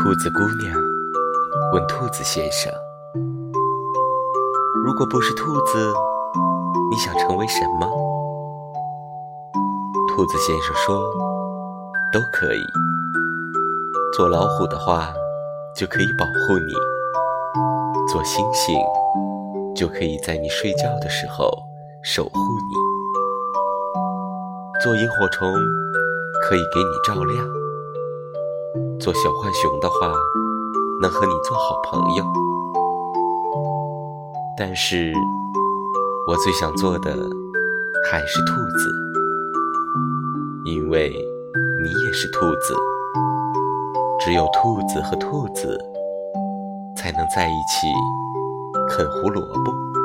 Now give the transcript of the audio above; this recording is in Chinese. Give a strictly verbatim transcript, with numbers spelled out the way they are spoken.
兔子姑娘问兔子先生：如果不是兔子，你想成为什么？兔子先生说：都可以。做老虎的话，就可以保护你；做星星，就可以在你睡觉的时候守护你；做萤火虫，可以给你照亮；做小浣熊的话，能和你做好朋友。但是我最想做的还是兔子，因为你也是兔子，只有兔子和兔子才能在一起啃胡萝卜。